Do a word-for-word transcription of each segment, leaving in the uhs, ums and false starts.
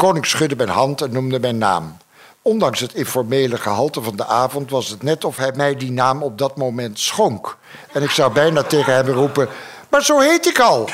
koning schudde mijn hand en noemde mijn naam. Ondanks het informele gehalte van de avond was het net of hij mij die naam op dat moment schonk. En ik zou bijna tegen hem roepen, maar zo heet ik al.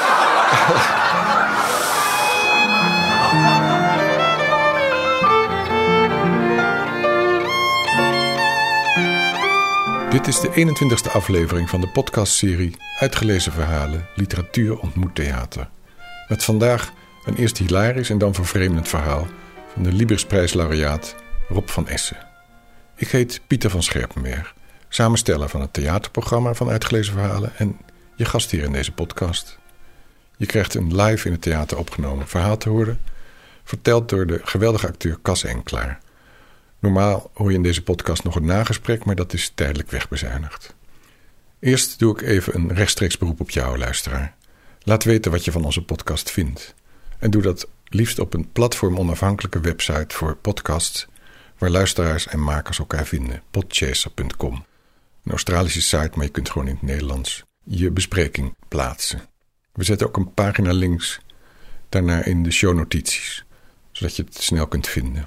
Dit is de eenentwintigste aflevering van de podcastserie Uitgelezen verhalen, literatuur ontmoet theater. Met vandaag een eerst hilarisch en dan vervreemdend verhaal van de Librisprijslaureaat Rob van Essen. Ik heet Pieter van Scherpenberg, samensteller van het theaterprogramma van Uitgelezen verhalen en je gastheer in deze podcast. Je krijgt een live in het theater opgenomen verhaal te horen, verteld door de geweldige acteur Cas Enklaar. Normaal hoor je in deze podcast nog een nagesprek, maar dat is tijdelijk wegbezuinigd. Eerst doe ik even een rechtstreeks beroep op jou, luisteraar. Laat weten wat je van onze podcast vindt. En doe dat liefst op een platform-onafhankelijke website voor podcasts, waar luisteraars en makers elkaar vinden, podchaser punt com. Een Australische site, maar je kunt gewoon in het Nederlands je bespreking plaatsen. We zetten ook een pagina links daarna in de shownotities, zodat je het snel kunt vinden.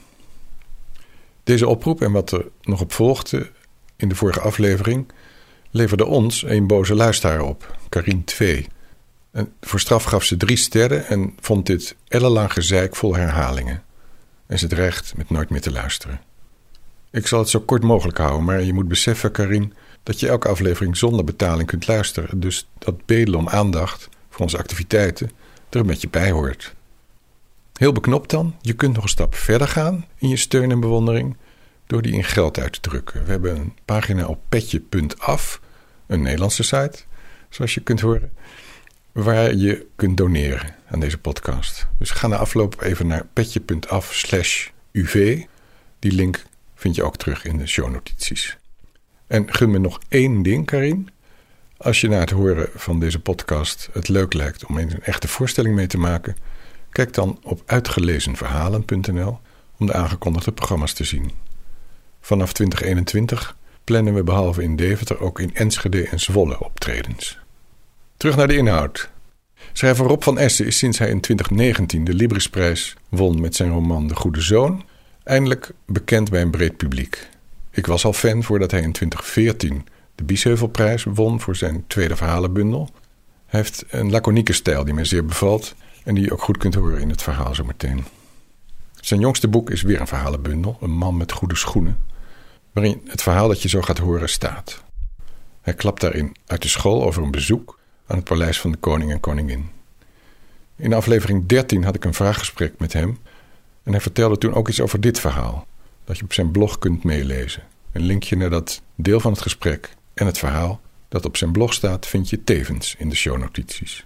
Deze oproep en wat er nog op volgde in de vorige aflevering leverde ons een boze luisteraar op, Karin twee. En voor straf gaf ze drie sterren en vond dit ellenlang gezeik vol herhalingen. En ze dreigt met nooit meer te luisteren. Ik zal het zo kort mogelijk houden, maar je moet beseffen, Karin, dat je elke aflevering zonder betaling kunt luisteren. Dus dat bedelen om aandacht voor onze activiteiten er een beetje bij hoort. Heel beknopt dan, je kunt nog een stap verder gaan in je steun en bewondering door die in geld uit te drukken. We hebben een pagina op petje punt af, een Nederlandse site, zoals je kunt horen, waar je kunt doneren aan deze podcast. Dus ga na afloop even naar petje punt af slash uv. Die link vind je ook terug in de shownotities. En gun me nog één ding, Karin. Als je na het horen van deze podcast het leuk lijkt om eens een echte voorstelling mee te maken, kijk dan op uitgelezen verhalen punt n l om de aangekondigde programma's te zien. Vanaf twintig eenentwintig plannen we behalve in Deventer ook in Enschede en Zwolle optredens. Terug naar de inhoud. Schrijver Rob van Essen is sinds hij in twintig negentien de Librisprijs won met zijn roman De Goede Zoon eindelijk bekend bij een breed publiek. Ik was al fan voordat hij in twintig veertien de Biesheuvelprijs won voor zijn tweede verhalenbundel. Hij heeft een laconieke stijl die mij zeer bevalt en die je ook goed kunt horen in het verhaal zometeen. Zijn jongste boek is weer een verhalenbundel, Een man met goede schoenen, waarin het verhaal dat je zo gaat horen staat. Hij klapt daarin uit de school over een bezoek aan het paleis van de koning en koningin. In aflevering dertien had ik een vraaggesprek met hem en hij vertelde toen ook iets over dit verhaal, dat je op zijn blog kunt meelezen. Een linkje naar dat deel van het gesprek en het verhaal dat op zijn blog staat vind je tevens in de shownotities.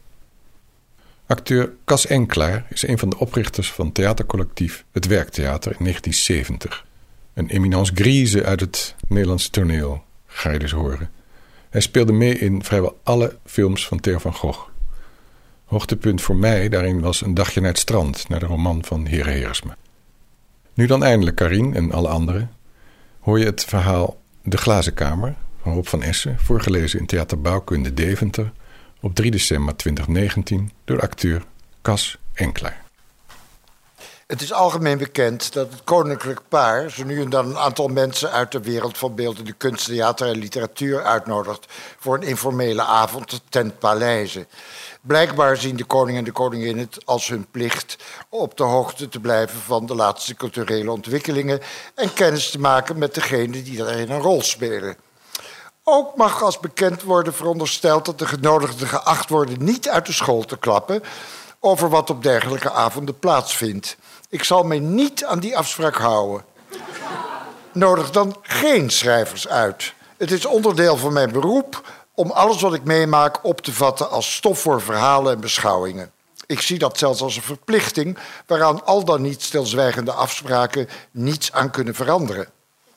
Acteur Cas Enklaar is een van de oprichters van theatercollectief Het Werktheater in negentien zeventig. Een eminence grise uit het Nederlandse toneel, ga je dus horen. Hij speelde mee in vrijwel alle films van Theo van Gogh. Hoogtepunt voor mij daarin was Een dagje naar het strand, naar de roman van Hera Heersma. Nu dan eindelijk, Karin en alle anderen, hoor je het verhaal De Glazen Kamer van Rob van Essen, voorgelezen in Theater Bouwkunde Deventer op drie december twintig negentien door acteur Cas Enklaar. Het is algemeen bekend dat het koninklijk paar zo nu en dan een aantal mensen uit de wereld van beeldende kunst, theater en literatuur uitnodigt voor een informele avond ten paleize. Blijkbaar zien de koning en de koningin het als hun plicht op de hoogte te blijven van de laatste culturele ontwikkelingen en kennis te maken met degenen die daarin een rol spelen. Ook mag als bekend worden verondersteld dat de genodigden geacht worden niet uit de school te klappen over wat op dergelijke avonden plaatsvindt. Ik zal mij niet aan die afspraak houden. Nodig dan geen schrijvers uit. Het is onderdeel van mijn beroep om alles wat ik meemaak op te vatten als stof voor verhalen en beschouwingen. Ik zie dat zelfs als een verplichting waaraan al dan niet stilzwijgende afspraken niets aan kunnen veranderen.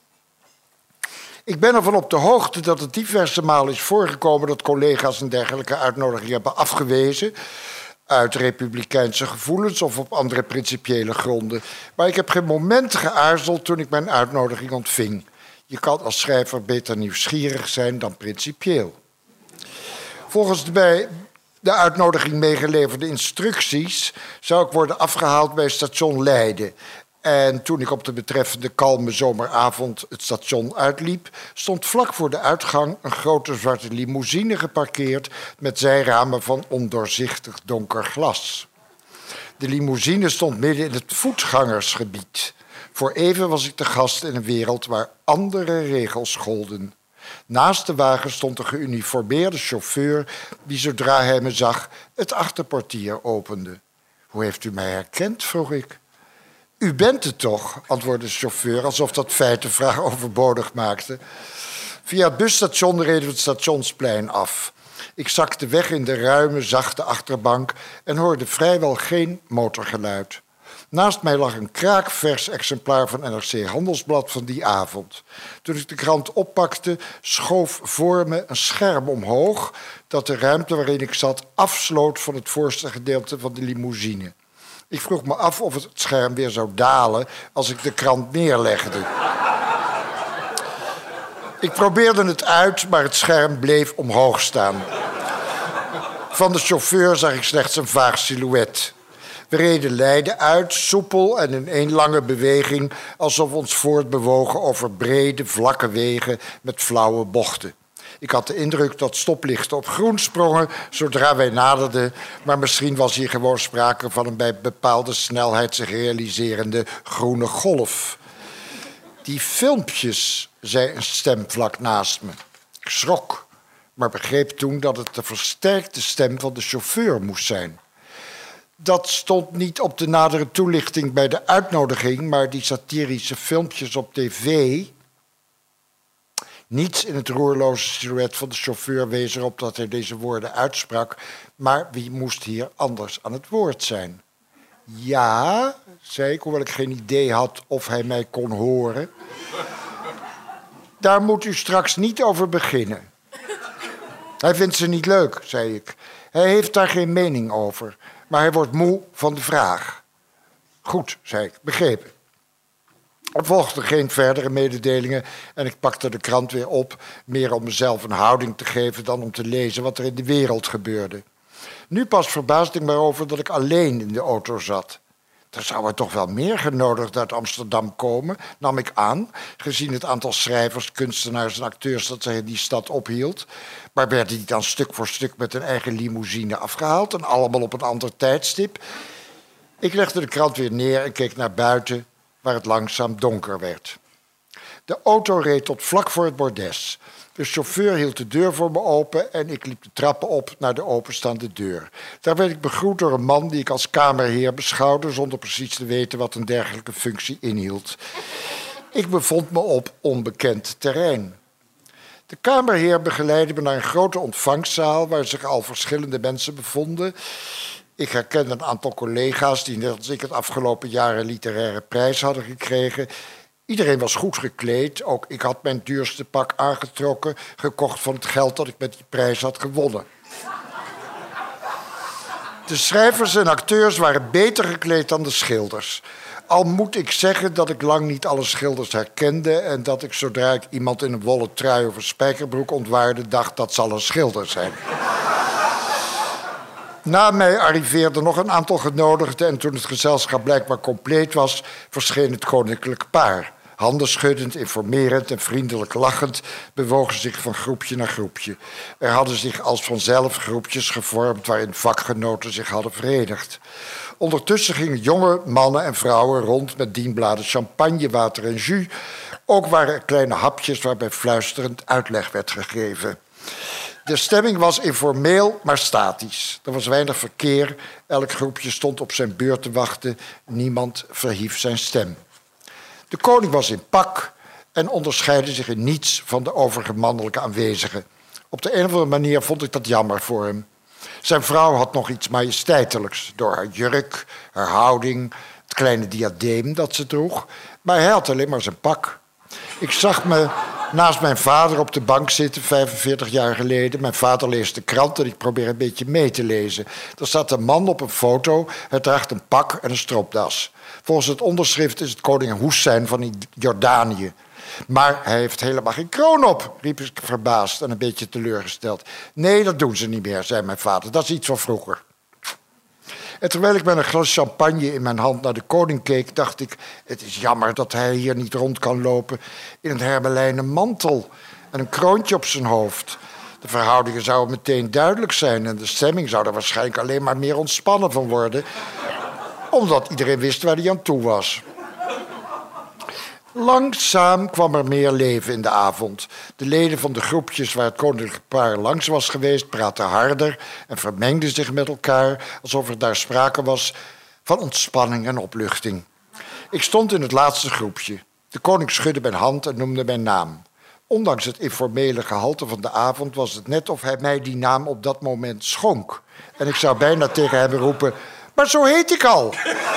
Ik ben ervan op de hoogte dat het diverse malen is voorgekomen dat collega's een dergelijke uitnodiging hebben afgewezen uit republikeinse gevoelens of op andere principiële gronden. Maar ik heb geen moment geaarzeld toen ik mijn uitnodiging ontving. Je kan als schrijver beter nieuwsgierig zijn dan principieel. Volgens de bij de uitnodiging meegeleverde instructies zou ik worden afgehaald bij station Leiden. En toen ik op de betreffende kalme zomeravond het station uitliep, stond vlak voor de uitgang een grote zwarte limousine geparkeerd met zijramen van ondoorzichtig donker glas. De limousine stond midden in het voetgangersgebied. Voor even was ik te gast in een wereld waar andere regels golden. Naast de wagen stond een geuniformeerde chauffeur die, zodra hij me zag, het achterportier opende. Hoe heeft u mij herkend, vroeg ik. U bent het toch, antwoordde de chauffeur, alsof dat feit de vraag overbodig maakte. Via het busstation reden we het stationsplein af. Ik zakte weg in de ruime, zachte achterbank en hoorde vrijwel geen motorgeluid. Naast mij lag een kraakvers exemplaar van N R C Handelsblad van die avond. Toen ik de krant oppakte, schoof voor me een scherm omhoog dat de ruimte waarin ik zat afsloot van het voorste gedeelte van de limousine. Ik vroeg me af of het scherm weer zou dalen als ik de krant neerlegde. Ik probeerde het uit, maar het scherm bleef omhoog staan. Van de chauffeur zag ik slechts een vaag silhouet. We reden Leiden uit, soepel en in één lange beweging, alsof we ons voortbewogen over brede, vlakke wegen met flauwe bochten. Ik had de indruk dat stoplichten op groen sprongen zodra wij naderden, maar misschien was hier gewoon sprake van een bij bepaalde snelheid zich realiserende groene golf. Die filmpjes, zei een stem vlak naast me. Ik schrok, maar begreep toen dat het de versterkte stem van de chauffeur moest zijn. Dat stond niet op de nadere toelichting bij de uitnodiging, maar die satirische filmpjes op tv. Niets in het roerloze silhouet van de chauffeur wees erop dat hij deze woorden uitsprak, maar wie moest hier anders aan het woord zijn? Ja, zei ik, hoewel ik geen idee had of hij mij kon horen. Daar moet u straks niet over beginnen. Hij vindt ze niet leuk, zei ik. Hij heeft daar geen mening over, maar hij wordt moe van de vraag. Goed, zei ik, begrepen. Er volgden geen verdere mededelingen en ik pakte de krant weer op, meer om mezelf een houding te geven dan om te lezen wat er in de wereld gebeurde. Nu pas verbaasde ik me over dat ik alleen in de auto zat. Er zouden toch wel meer genodigden uit Amsterdam komen, nam ik aan, gezien het aantal schrijvers, kunstenaars en acteurs dat zich in die stad ophield. Maar werden die dan stuk voor stuk met een eigen limousine afgehaald en allemaal op een ander tijdstip? Ik legde de krant weer neer en keek naar buiten, waar het langzaam donker werd. De auto reed tot vlak voor het bordes. De chauffeur hield de deur voor me open en ik liep de trappen op naar de openstaande deur. Daar werd ik begroet door een man die ik als kamerheer beschouwde, zonder precies te weten wat een dergelijke functie inhield. Ik bevond me op onbekend terrein. De kamerheer begeleidde me naar een grote ontvangstzaal waar zich al verschillende mensen bevonden. Ik herkende een aantal collega's die net als ik het afgelopen jaar een literaire prijs hadden gekregen. Iedereen was goed gekleed. Ook ik had mijn duurste pak aangetrokken, gekocht van het geld dat ik met die prijs had gewonnen. De schrijvers en acteurs waren beter gekleed dan de schilders. Al moet ik zeggen dat ik lang niet alle schilders herkende en dat ik zodra ik iemand in een wollen trui of een spijkerbroek ontwaarde, dacht dat zal een schilder zijn. Na mij arriveerden nog een aantal genodigden en toen het gezelschap blijkbaar compleet was, verscheen het koninklijk paar. Handen schuddend, informerend en vriendelijk lachend bewogen zich van groepje naar groepje. Er hadden zich als vanzelf groepjes gevormd waarin vakgenoten zich hadden verenigd. Ondertussen gingen jonge mannen en vrouwen rond met dienbladen champagne, water en jus. Ook waren er kleine hapjes waarbij fluisterend uitleg werd gegeven. De stemming was informeel, maar statisch. Er was weinig verkeer. Elk groepje stond op zijn beurt te wachten. Niemand verhief zijn stem. De koning was in pak en onderscheidde zich in niets van de overige mannelijke aanwezigen. Op de een of andere manier vond ik dat jammer voor hem. Zijn vrouw had nog iets majesteitelijks door haar jurk, haar houding, het kleine diadeem dat ze droeg. Maar hij had alleen maar zijn pak. Ik zag me naast mijn vader op de bank zitten, vijfenveertig jaar geleden. Mijn vader leest de krant en ik probeer een beetje mee te lezen. Er staat een man op een foto. Hij draagt een pak en een stropdas. Volgens het onderschrift is het koning Hoesijn van Jordanië. Maar hij heeft helemaal geen kroon op, riep ik verbaasd en een beetje teleurgesteld. Nee, dat doen ze niet meer, zei mijn vader. Dat is iets van vroeger. En terwijl ik met een glas champagne in mijn hand naar de koning keek, dacht ik, het is jammer dat hij hier niet rond kan lopen in een hermelijnen mantel en een kroontje op zijn hoofd. De verhoudingen zouden meteen duidelijk zijn en de stemming zou er waarschijnlijk alleen maar meer ontspannen van worden, omdat iedereen wist waar hij aan toe was. Langzaam kwam er meer leven in de avond. De leden van de groepjes waar het koninklijk paar langs was geweest praatten harder en vermengden zich met elkaar alsof er daar sprake was van ontspanning en opluchting. Ik stond in het laatste groepje. De koning schudde mijn hand en noemde mijn naam. Ondanks het informele gehalte van de avond was het net of hij mij die naam op dat moment schonk. En ik zou bijna tegen hem roepen, maar zo heet ik al.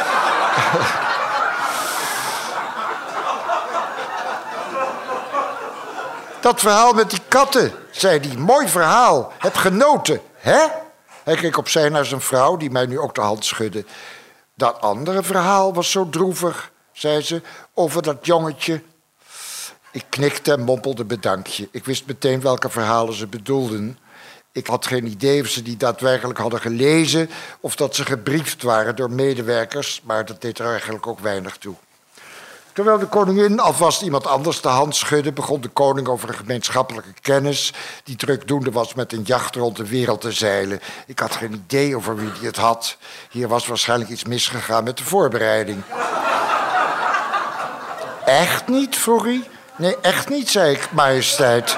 Dat verhaal met die katten, zei hij. Mooi verhaal. Heb genoten, hè? Hij keek opzij naar zijn vrouw, die mij nu ook de hand schudde. Dat andere verhaal was zo droevig, zei ze, over dat jongetje. Ik knikte en mompelde bedankje. Ik wist meteen welke verhalen ze bedoelden. Ik had geen idee of ze die daadwerkelijk hadden gelezen of dat ze gebriefd waren door medewerkers, maar dat deed er eigenlijk ook weinig toe. Terwijl de koningin alvast iemand anders de hand schudde, begon de koning over een gemeenschappelijke kennis die drukdoende was met een jacht rond de wereld te zeilen. Ik had geen idee over wie die het had. Hier was waarschijnlijk iets misgegaan met de voorbereiding. Echt niet, vroeg hij. Nee, echt niet, zei ik, majesteit.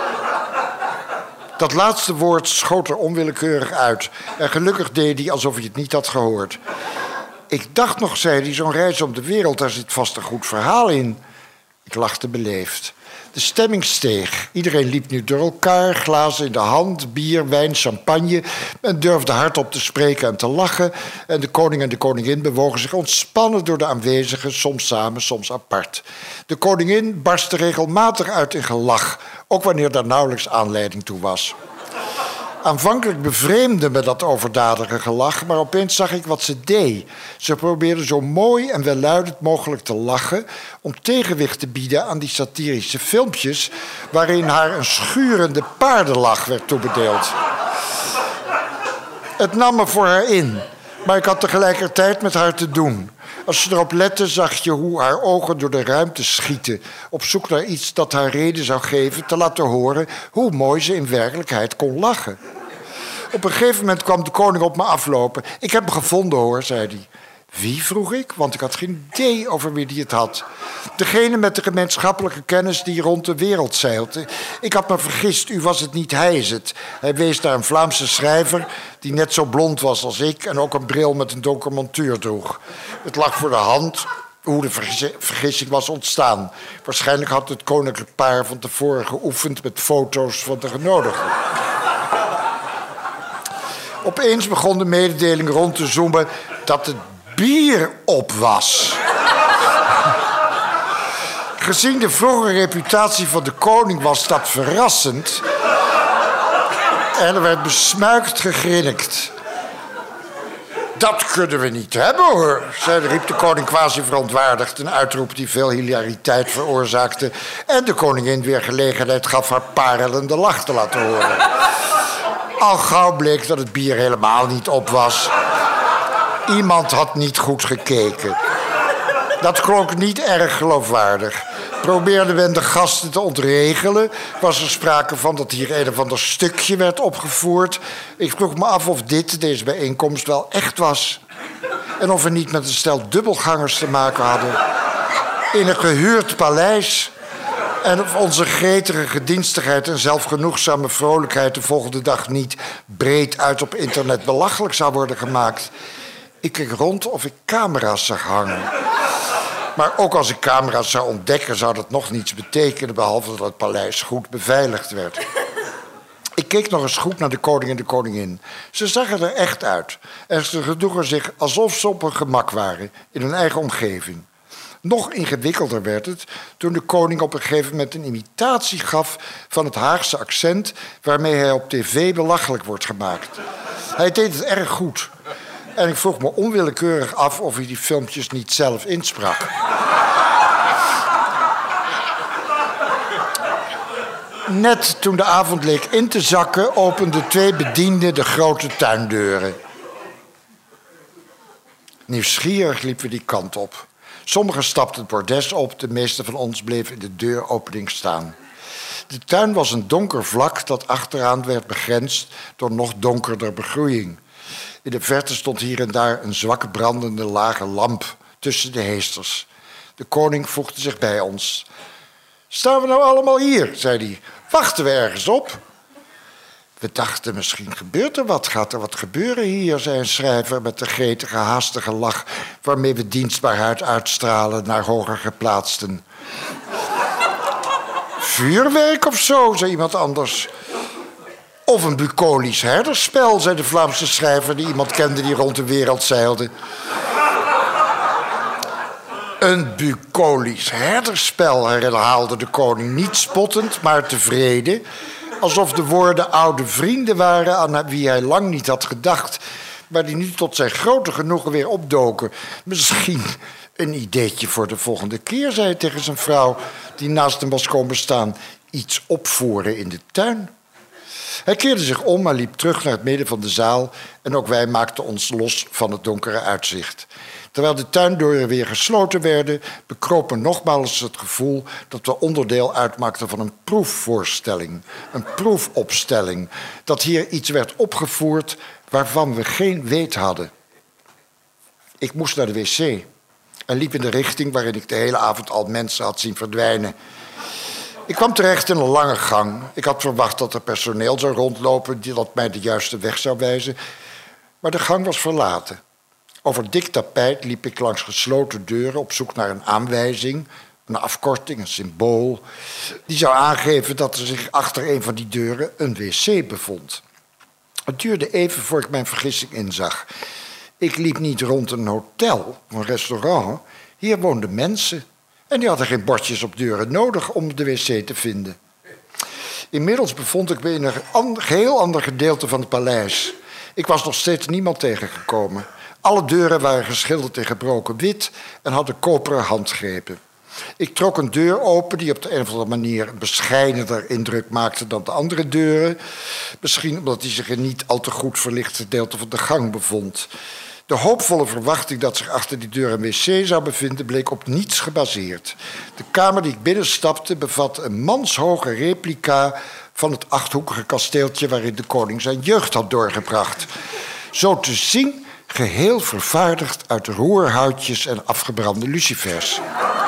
Dat laatste woord schoot er onwillekeurig uit. En gelukkig deed hij alsof hij het niet had gehoord. Ik dacht nog, zei hij, zo'n reis om de wereld, daar zit vast een goed verhaal in. Ik lachte beleefd. De stemming steeg. Iedereen liep nu door elkaar, glazen in de hand, bier, wijn, champagne. Men durfde hardop te spreken en te lachen. En de koning en de koningin bewogen zich ontspannen door de aanwezigen, soms samen, soms apart. De koningin barstte regelmatig uit in gelach, ook wanneer daar nauwelijks aanleiding toe was. Aanvankelijk bevreemde me dat overdadige gelach, maar opeens zag ik wat ze deed. Ze probeerde zo mooi en welluidend mogelijk te lachen om tegenwicht te bieden aan die satirische filmpjes waarin haar een schurende paardenlach werd toebedeeld. Het nam me voor haar in, maar ik had tegelijkertijd met haar te doen. Als je erop lette, zag je hoe haar ogen door de ruimte schieten, op zoek naar iets dat haar reden zou geven te laten horen hoe mooi ze in werkelijkheid kon lachen. Op een gegeven moment kwam de koning op me aflopen. Ik heb hem gevonden, hoor, zei hij. Wie, vroeg ik, want ik had geen idee over wie die het had. Degene met de gemeenschappelijke kennis die rond de wereld zeilt. Ik had me vergist, u was het niet, hij is het. Hij wees naar een Vlaamse schrijver die net zo blond was als ik en ook een bril met een donker montuur droeg. Het lag voor de hand hoe de vergissing was ontstaan. Waarschijnlijk had het koninklijk paar van tevoren geoefend met foto's van de genodigden. Opeens begon de mededeling rond te zoomen dat het bier op was. Gezien de vroege reputatie van de koning was dat verrassend. En er werd besmuikt gegrinnikt. Dat kunnen we niet hebben, hoor, zei, riep de koning quasi verontwaardigd. Een uitroep die veel hilariteit veroorzaakte. En de koningin weer gelegenheid gaf haar parelende lach te laten horen. Al gauw bleek dat het bier helemaal niet op was. Iemand had niet goed gekeken. Dat klonk niet erg geloofwaardig. Probeerde men de gasten te ontregelen. Was er sprake van dat hier een of ander stukje werd opgevoerd. Ik vroeg me af of dit, deze bijeenkomst, wel echt was. En of we niet met een stel dubbelgangers te maken hadden. In een gehuurd paleis. En of onze gretige gedienstigheid en zelfgenoegzame vrolijkheid de volgende dag niet breed uit op internet belachelijk zou worden gemaakt. Ik keek rond of ik camera's zag hangen. Maar ook als ik camera's zou ontdekken, zou dat nog niets betekenen, behalve dat het paleis goed beveiligd werd. Ik keek nog eens goed naar de koning en de koningin. Ze zagen er echt uit. En ze gedroegen zich alsof ze op hun gemak waren, in hun eigen omgeving. Nog ingewikkelder werd het toen de koning op een gegeven moment een imitatie gaf van het Haagse accent waarmee hij op tv belachelijk wordt gemaakt. Hij deed het erg goed. En ik vroeg me onwillekeurig af of hij die filmpjes niet zelf insprak. Net toen de avond leek in te zakken, openden twee bedienden de grote tuindeuren. Nieuwsgierig liepen we die kant op. Sommigen stapten het bordes op, de meeste van ons bleven in de deuropening staan. De tuin was een donker vlak dat achteraan werd begrensd door nog donkerder begroeiing. In de verte stond hier en daar een zwakke brandende lage lamp tussen de heesters. De koning voegde zich bij ons. Staan we nou allemaal hier, zei hij. Wachten we ergens op? We dachten, misschien gebeurt er wat. Gaat er wat gebeuren hier, zei een schrijver met de gretige, haastige lach waarmee we dienstbaarheid uitstralen naar hoger geplaatsten. Vuurwerk of zo, zei iemand anders. Of een bucolisch herdersspel, zei de Vlaamse schrijver die iemand kende die rond de wereld zeilde. Een bucolisch herdersspel, herhaalde de koning, niet spottend, maar tevreden, alsof de woorden oude vrienden waren aan wie hij lang niet had gedacht, maar die nu tot zijn grote genoegen weer opdoken. Misschien een ideetje voor de volgende keer, zei hij tegen zijn vrouw, die naast hem was komen staan. Iets opvoeren in de tuin. Hij keerde zich om en liep terug naar het midden van de zaal en ook wij maakten ons los van het donkere uitzicht. Terwijl de tuindeuren weer gesloten werden, bekroop me nogmaals het gevoel dat we onderdeel uitmaakten van een proefvoorstelling, een proefopstelling, dat hier iets werd opgevoerd waarvan we geen weet hadden. Ik moest naar de wc en liep in de richting waarin ik de hele avond al mensen had zien verdwijnen. Ik kwam terecht in een lange gang. Ik had verwacht dat er personeel zou rondlopen dat mij de juiste weg zou wijzen, maar de gang was verlaten. Over dik tapijt liep ik langs gesloten deuren op zoek naar een aanwijzing, een afkorting, een symbool, die zou aangeven dat er zich achter een van die deuren een wc bevond. Het duurde even voor ik mijn vergissing inzag. Ik liep niet rond een hotel of een restaurant. Hier woonden mensen en die hadden geen bordjes op deuren nodig om de wc te vinden. Inmiddels bevond ik me in een geheel ander gedeelte van het paleis. Ik was nog steeds niemand tegengekomen. Alle deuren waren geschilderd in gebroken wit en hadden koperen handgrepen. Ik trok een deur open die op de een of andere manier een bescheidener indruk maakte dan de andere deuren. Misschien omdat die zich in niet al te goed verlicht gedeelte van de gang bevond. De hoopvolle verwachting dat zich achter die deur een wc zou bevinden bleek op niets gebaseerd. De kamer die ik binnenstapte bevatte een manshoge replica van het achthoekige kasteeltje waarin de koning zijn jeugd had doorgebracht. Zo te zien geheel vervaardigd uit roerhoutjes en afgebrande lucifers.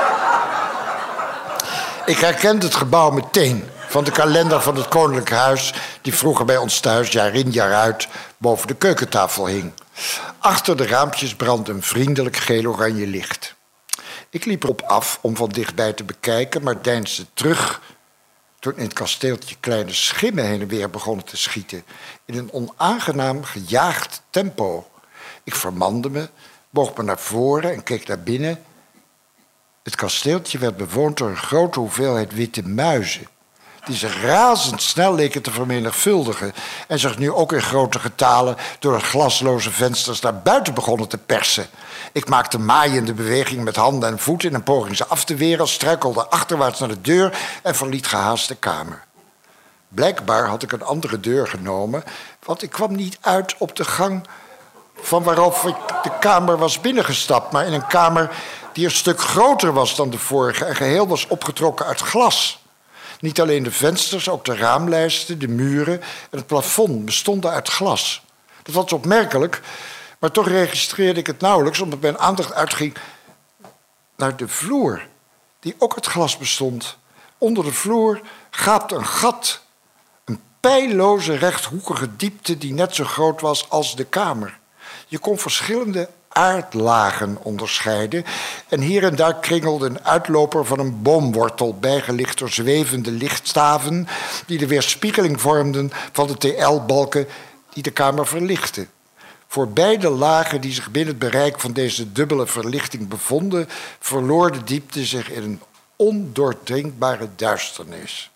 Ik herkende het gebouw meteen van de kalender van het Koninklijk Huis die vroeger bij ons thuis jaar in jaar uit boven de keukentafel hing. Achter de raampjes brandde een vriendelijk geel-oranje licht. Ik liep erop af om van dichtbij te bekijken, maar deinsde terug toen in het kasteeltje kleine schimmen heen en weer begonnen te schieten in een onaangenaam gejaagd tempo. Ik vermande me, boog me naar voren en keek naar binnen. Het kasteeltje werd bewoond door een grote hoeveelheid witte muizen, die zich razendsnel leken te vermenigvuldigen en zich nu ook in grote getalen door de glasloze vensters naar buiten begonnen te persen. Ik maakte maaiende bewegingen met handen en voeten in een poging ze af te weren, struikelde achterwaarts naar de deur en verliet gehaast de kamer. Blijkbaar had ik een andere deur genomen, want ik kwam niet uit op de gang van waarop ik de kamer was binnengestapt, maar in een kamer die een stuk groter was dan de vorige en geheel was opgetrokken uit glas. Niet alleen de vensters, ook de raamlijsten, de muren en het plafond bestonden uit glas. Dat was opmerkelijk, maar toch registreerde ik het nauwelijks, omdat mijn aandacht uitging naar de vloer, die ook uit glas bestond. Onder de vloer gaapte een gat, een pijloze rechthoekige diepte die net zo groot was als de kamer. Je kon verschillende aardlagen onderscheiden en hier en daar kringelde een uitloper van een boomwortel bijgelicht door zwevende lichtstaven die de weerspiegeling vormden van de T L-balken die de kamer verlichtten. Voor beide lagen die zich binnen het bereik van deze dubbele verlichting bevonden, verloor de diepte zich in een ondoordringbare duisternis.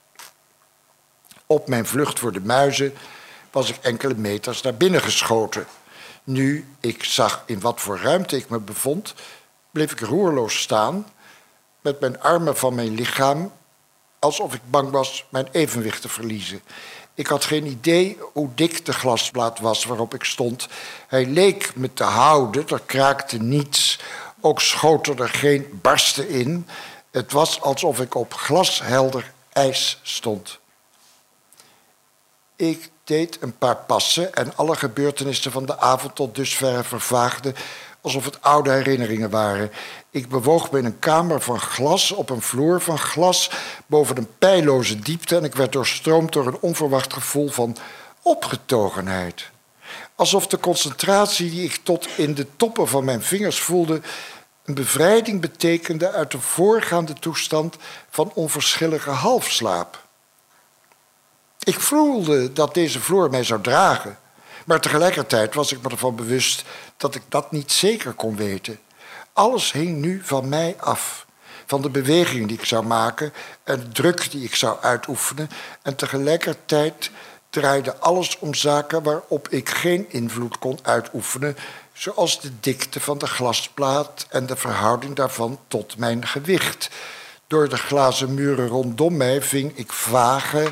Op mijn vlucht voor de muizen was ik enkele meters naar binnen geschoten. Nu ik zag in wat voor ruimte ik me bevond, bleef ik roerloos staan, met mijn armen van mijn lichaam alsof ik bang was mijn evenwicht te verliezen. Ik had geen idee hoe dik de glasplaat was waarop ik stond. Hij leek me te houden, er kraakte niets. Ook schoten er geen barsten in. Het was alsof ik op glashelder ijs stond. Ik deed een paar passen en alle gebeurtenissen van de avond tot dusverre vervaagden alsof het oude herinneringen waren. Ik bewoog me in een kamer van glas, op een vloer van glas, boven een peilloze diepte en ik werd doorstroomd door een onverwacht gevoel van opgetogenheid. Alsof de concentratie die ik tot in de toppen van mijn vingers voelde een bevrijding betekende uit de voorgaande toestand van onverschillige halfslaap. Ik voelde dat deze vloer mij zou dragen, maar tegelijkertijd was ik me ervan bewust dat ik dat niet zeker kon weten. Alles hing nu van mij af, van de beweging die ik zou maken en de druk die ik zou uitoefenen. En tegelijkertijd draaide alles om zaken waarop ik geen invloed kon uitoefenen, zoals de dikte van de glasplaat en de verhouding daarvan tot mijn gewicht. Door de glazen muren rondom mij ving ik vage,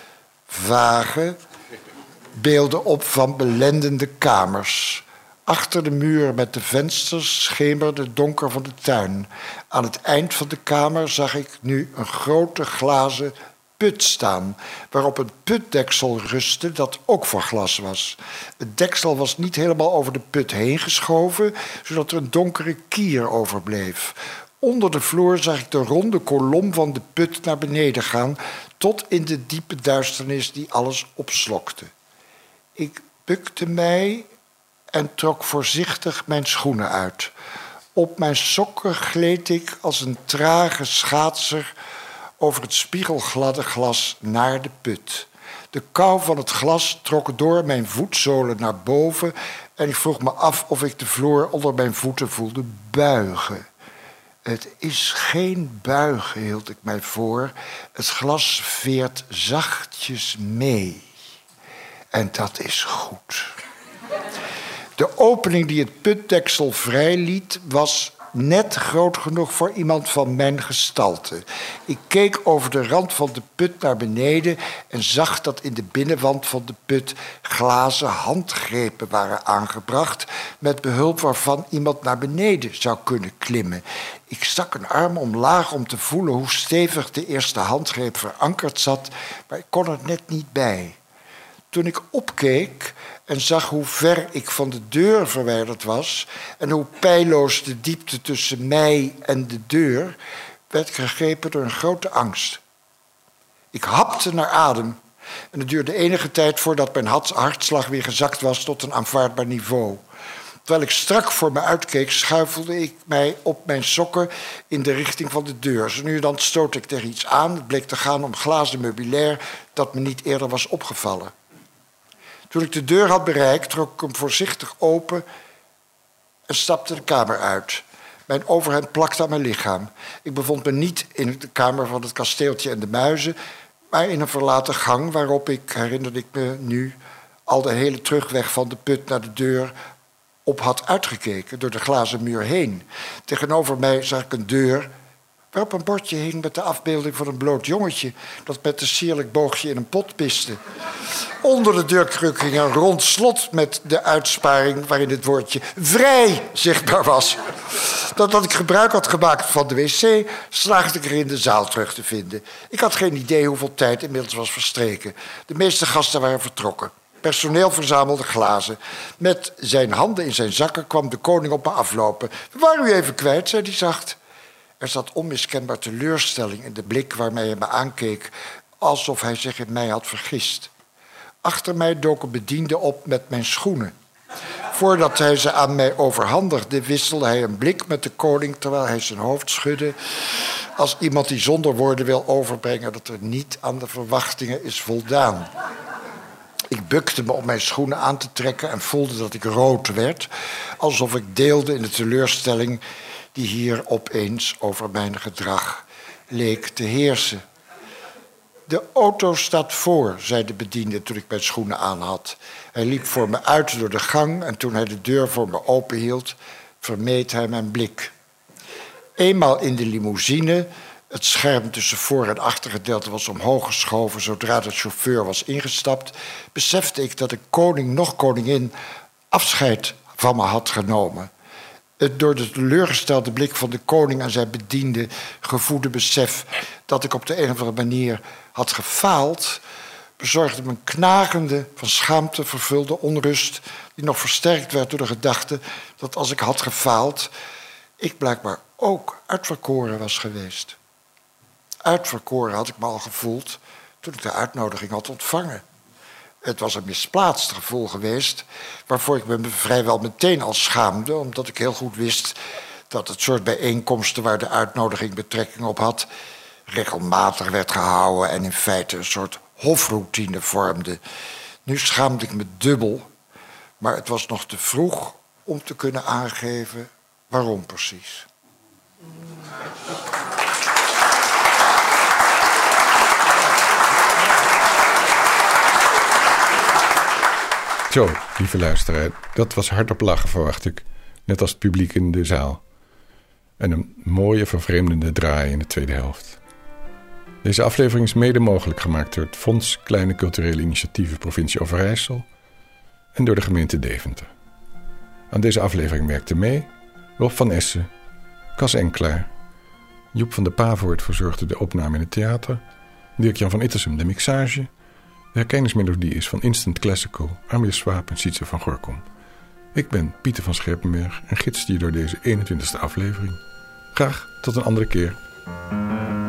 vage beelden op van belendende kamers. Achter de muur met de vensters schemerde het donker van de tuin. Aan het eind van de kamer zag ik nu een grote glazen put staan, waarop een putdeksel rustte dat ook van glas was. Het deksel was niet helemaal over de put heen geschoven, zodat er een donkere kier overbleef. Onder de vloer zag ik de ronde kolom van de put naar beneden gaan, tot in de diepe duisternis die alles opslokte. Ik bukte mij en trok voorzichtig mijn schoenen uit. Op mijn sokken gleed ik als een trage schaatser over het spiegelgladde glas naar de put. De kou van het glas trok door mijn voetzolen naar boven en ik vroeg me af of ik de vloer onder mijn voeten voelde buigen. Het is geen buigen, hield ik mij voor. Het glas veert zachtjes mee. En dat is goed. De opening die het putdeksel vrijliet was net groot genoeg voor iemand van mijn gestalte. Ik keek over de rand van de put naar beneden en zag dat in de binnenwand van de put glazen handgrepen waren aangebracht, met behulp waarvan iemand naar beneden zou kunnen klimmen. Ik stak een arm omlaag om te voelen hoe stevig de eerste handgreep verankerd zat, maar ik kon er net niet bij. Toen ik opkeek en zag hoe ver ik van de deur verwijderd was en hoe peilloos de diepte tussen mij en de deur, werd ik gegrepen door een grote angst. Ik hapte naar adem en het duurde enige tijd voordat mijn hartslag weer gezakt was tot een aanvaardbaar niveau. Terwijl ik strak voor me uitkeek, schuifelde ik mij op mijn sokken in de richting van de deur. Zo nu en dan stootte ik tegen iets aan. Het bleek te gaan om glazen meubilair dat me niet eerder was opgevallen. Toen ik de deur had bereikt, trok ik hem voorzichtig open en stapte de kamer uit. Mijn overhemd plakte aan mijn lichaam. Ik bevond me niet in de kamer van het kasteeltje en de muizen, maar in een verlaten gang waarop ik, herinnerde ik me nu, al de hele terugweg van de put naar de deur op had uitgekeken, door de glazen muur heen. Tegenover mij zag ik een deur waarop een bordje hing met de afbeelding van een bloot jongetje dat met een sierlijk boogje in een pot piste. Onder de deurkruk hing een rond slot met de uitsparing waarin het woordje vrij zichtbaar was. Nadat ik gebruik had gemaakt van de wc, slaagde ik erin de zaal terug te vinden. Ik had geen idee hoeveel tijd inmiddels was verstreken. De meeste gasten waren vertrokken. Personeel verzamelde glazen. Met zijn handen in zijn zakken kwam de koning op me aflopen. We waren u even kwijt, zei hij zacht. Er zat onmiskenbaar teleurstelling in de blik waarmee hij me aankeek, alsof hij zich in mij had vergist. Achter mij dook een bediende op met mijn schoenen. Voordat hij ze aan mij overhandigde, wisselde hij een blik met de koning terwijl hij zijn hoofd schudde, als iemand die zonder woorden wil overbrengen dat er niet aan de verwachtingen is voldaan. Ik bukte me om mijn schoenen aan te trekken en voelde dat ik rood werd, alsof ik deelde in de teleurstelling die hier opeens over mijn gedrag leek te heersen. De auto staat voor, zei de bediende toen ik mijn schoenen aan had. Hij liep voor me uit door de gang en toen hij de deur voor me openhield, vermeed hij mijn blik. Eenmaal in de limousine Het scherm tussen voor- en achtergedeelte was omhoog geschoven zodra de chauffeur was ingestapt, besefte ik dat de koning nog koningin afscheid van me had genomen. Het door de teleurgestelde blik van de koning aan zijn bediende gevoelde besef dat ik op de een of andere manier had gefaald, bezorgde me een knagende, van schaamte vervulde onrust, die nog versterkt werd door de gedachte dat als ik had gefaald, ik blijkbaar ook uitverkoren was geweest. Uitverkoren had ik me al gevoeld toen ik de uitnodiging had ontvangen. Het was een misplaatst gevoel geweest, waarvoor ik me vrijwel meteen al schaamde, omdat ik heel goed wist dat het soort bijeenkomsten waar de uitnodiging betrekking op had, regelmatig werd gehouden en in feite een soort hofroutine vormde. Nu schaamde ik me dubbel, maar het was nog te vroeg om te kunnen aangeven waarom precies. Zo, lieve luisteraar, dat was hardop lachen, verwacht ik. Net als het publiek in de zaal. En een mooie, vervreemdende draai in de tweede helft. Deze aflevering is mede mogelijk gemaakt door het Fonds Kleine Culturele Initiatieven Provincie Overijssel en door de gemeente Deventer. Aan deze aflevering werkten mee Rob van Essen, Cas Enklaar, Joep van de Pavoort verzorgde de opname in het theater, Dirk-Jan van Ittersum de mixage. De herkenningsmelodie is van Instant Classical, Amir Swaap en Sietse van Gorkom. Ik ben Pieter van Scherpenberg en gids je door deze eenentwintigste aflevering. Graag tot een andere keer.